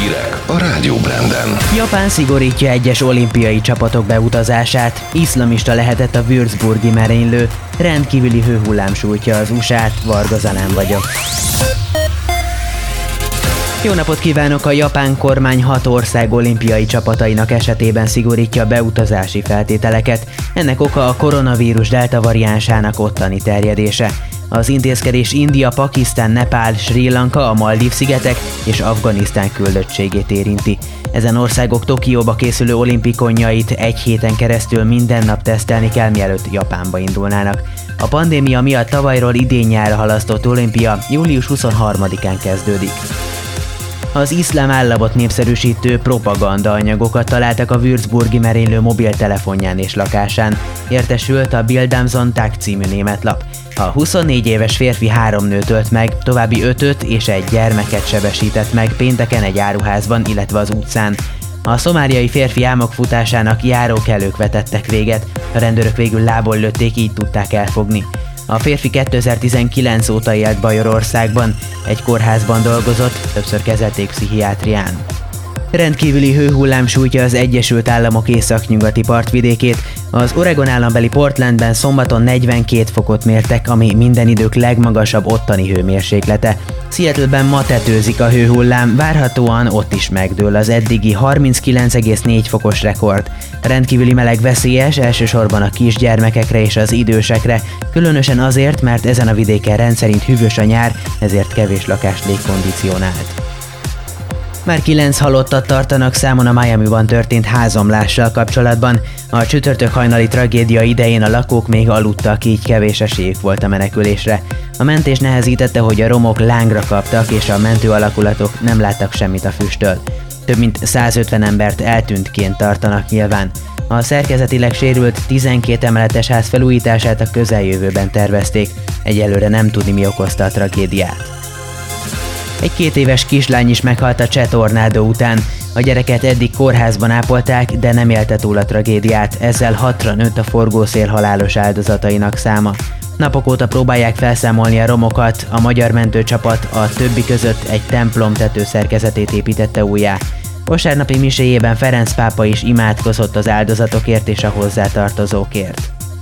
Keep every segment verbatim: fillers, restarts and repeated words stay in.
Hírek a Rádió Branden. Japán szigorítja egyes olimpiai csapatok beutazását. Iszlamista lehetett a würzburgi merénylő. Rendkívüli hőhullám sújtja az u es á-t. Varga Zalán vagyok. Jó napot kívánok! A japán kormány hat ország olimpiai csapatainak esetében szigorítja a beutazási feltételeket. Ennek oka a koronavírus delta variánsának ottani terjedése. Az intézkedés India, Pakisztán, Nepál, Srí Lanka, a Maldív-szigetek és Afganisztán küldöttségét érinti. Ezen országok Tokióba készülő olimpikonjait egy héten keresztül minden nap tesztelni kell, mielőtt Japánba indulnának. A pandémia miatt tavalyról idén nyárra halasztott olimpia július huszonharmadikán kezdődik. Az iszlám államot népszerűsítő propagandaanyagokat találtak a würzburgi merénylő mobiltelefonján és lakásán, értesült a Bild am Sonntag című német lap. A huszonnégy éves férfi három nőt ölt meg, további ötöt és egy gyermeket sebesített meg pénteken egy áruházban, illetve az utcán. A szomáliai férfi álmok futásának járókelők vetettek véget, a rendőrök végül lából lőtték, így tudták elfogni. A férfi kétezer-tizenkilenc óta élt Bajorországban, egy kórházban dolgozott, többször kezelték pszichiátrián. Rendkívüli hőhullám sújtja az Egyesült Államok északnyugati partvidékét. Az Oregon állambeli Portlandben szombaton negyvenkét fokot mértek, ami minden idők legmagasabb ottani hőmérséklete. Seattleben ma tetőzik a hőhullám, várhatóan ott is megdől az eddigi harminckilenc egész négy fokos rekord. Rendkívüli meleg veszélyes, elsősorban a kisgyermekekre és az idősekre, különösen azért, mert ezen a vidéken rendszerint hűvös a nyár, ezért kevés lakás légkondicionált. Már kilenc halottat tartanak számon a Miamiban történt házomlással kapcsolatban. A csütörtök hajnali tragédia idején a lakók még aludtak, így kevés esélyük volt a menekülésre. A mentés nehezítette, hogy a romok lángra kaptak, és a mentő alakulatok nem láttak semmit a füsttől. Több mint százötven embert eltűntként tartanak nyilván. A szerkezetileg sérült tizenkét emeletes ház felújítását a közeljövőben tervezték. Egyelőre nem tudni, mi okozta a tragédiát. Egy két éves kislány is meghalt a cseh tornádó után. A gyereket eddig kórházban ápolták, de nem élte túl a tragédiát, ezzel hatra nőtt a forgószél halálos áldozatainak száma. Napok óta próbálják felszámolni a romokat, a magyar mentőcsapat a többi között egy templom tetőszerkezetét építette újjá. Vasárnapi miséjében Ferenc pápa is imádkozott az áldozatokért és a hozzátartozókért.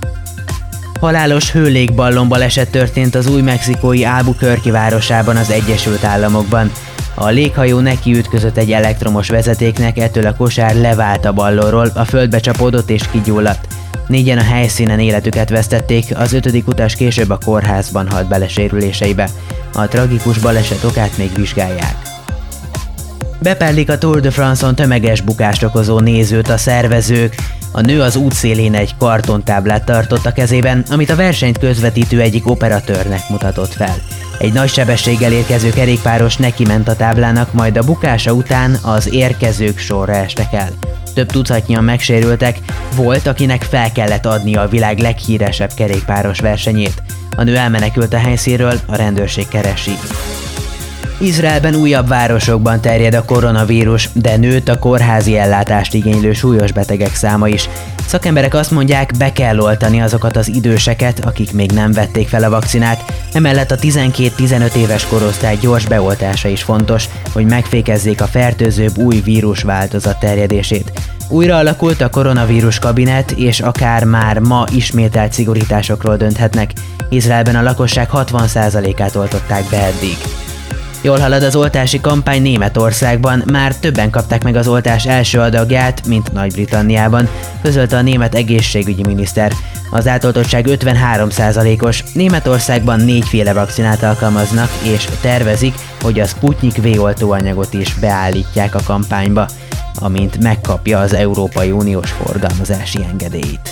Halálos hőlégballonbaleset történt az új-mexikói Albuquerque városában az Egyesült Államokban. A léghajó nekiütközött egy elektromos vezetéknek, ettől a kosár levált a ballonról, a földbe csapódott és kigyulladt. Négyen a helyszínen életüket vesztették, az ötödik utas később a kórházban halt bele sérüléseibe. A tragikus baleset okát még vizsgálják. Beperlik a Tour de France-on tömeges bukást okozó nézőt a szervezők. A nő az útszélén egy kartontáblát tartott a kezében, amit a versenyt közvetítő egyik operatőrnek mutatott fel. Egy nagy sebességgel érkező kerékpáros neki ment a táblának, majd a bukása után az érkezők sorra estek el. Több tucatnyian megsérültek, volt, akinek fel kellett adnia a világ leghíresebb kerékpáros versenyét. A nő elmenekült a helyszínről, a rendőrség keresi. Izraelben újabb városokban terjed a koronavírus, de nőtt a kórházi ellátást igénylő súlyos betegek száma is. Szakemberek azt mondják, be kell oltani azokat az időseket, akik még nem vették fel a vakcinát, emellett a tizenkét-tizenöt éves korosztály gyors beoltása is fontos, hogy megfékezzék a fertőzőbb új vírusváltozat terjedését. Újra alakult a koronavírus kabinet, és akár már ma ismételt szigorításokról dönthetnek. Izraelben a lakosság hatvan százalékát oltották be eddig. Jól halad az oltási kampány Németországban, már többen kapták meg az oltás első adagját, mint Nagy-Britanniában, közölte a német egészségügyi miniszter. Az átoltottság ötvenhárom százalékos, Németországban négyféle vakcinát alkalmaznak, és tervezik, hogy a Sputnik V oltóanyagot is beállítják a kampányba, amint megkapja az Európai Uniós forgalmazási engedélyt.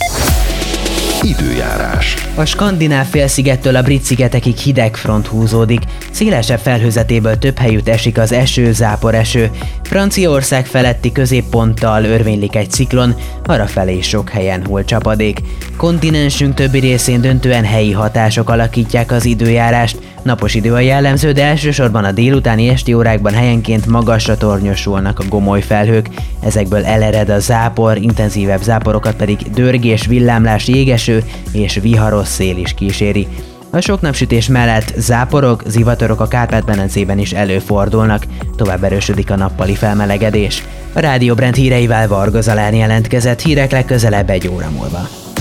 Időjárás. A skandináv félszigettől a brit szigetekig hideg front húzódik, szélesebb felhőzetéből több helyütt esik az eső, záporeső. Franciaország feletti középponttal örvénylik egy ciklon, arrafelé sok helyen hull csapadék. Kontinensünk többi részén döntően helyi hatások alakítják az időjárást. Napos idő a jellemző, de elsősorban a délutáni esti órákban helyenként magasra tornyosulnak a gomoly felhők. Ezekből elered a zápor, intenzívebb záporokat pedig dörgés, villámlás, jégeső és viharos szél is kíséri. A sok napsütés mellett záporok, zivatarok a Kárpát-medencében is előfordulnak, tovább erősödik a nappali felmelegedés. A Rádió Brand híreivel Varga Zalán jelentkezett, hírek legközelebb egy óra múlva.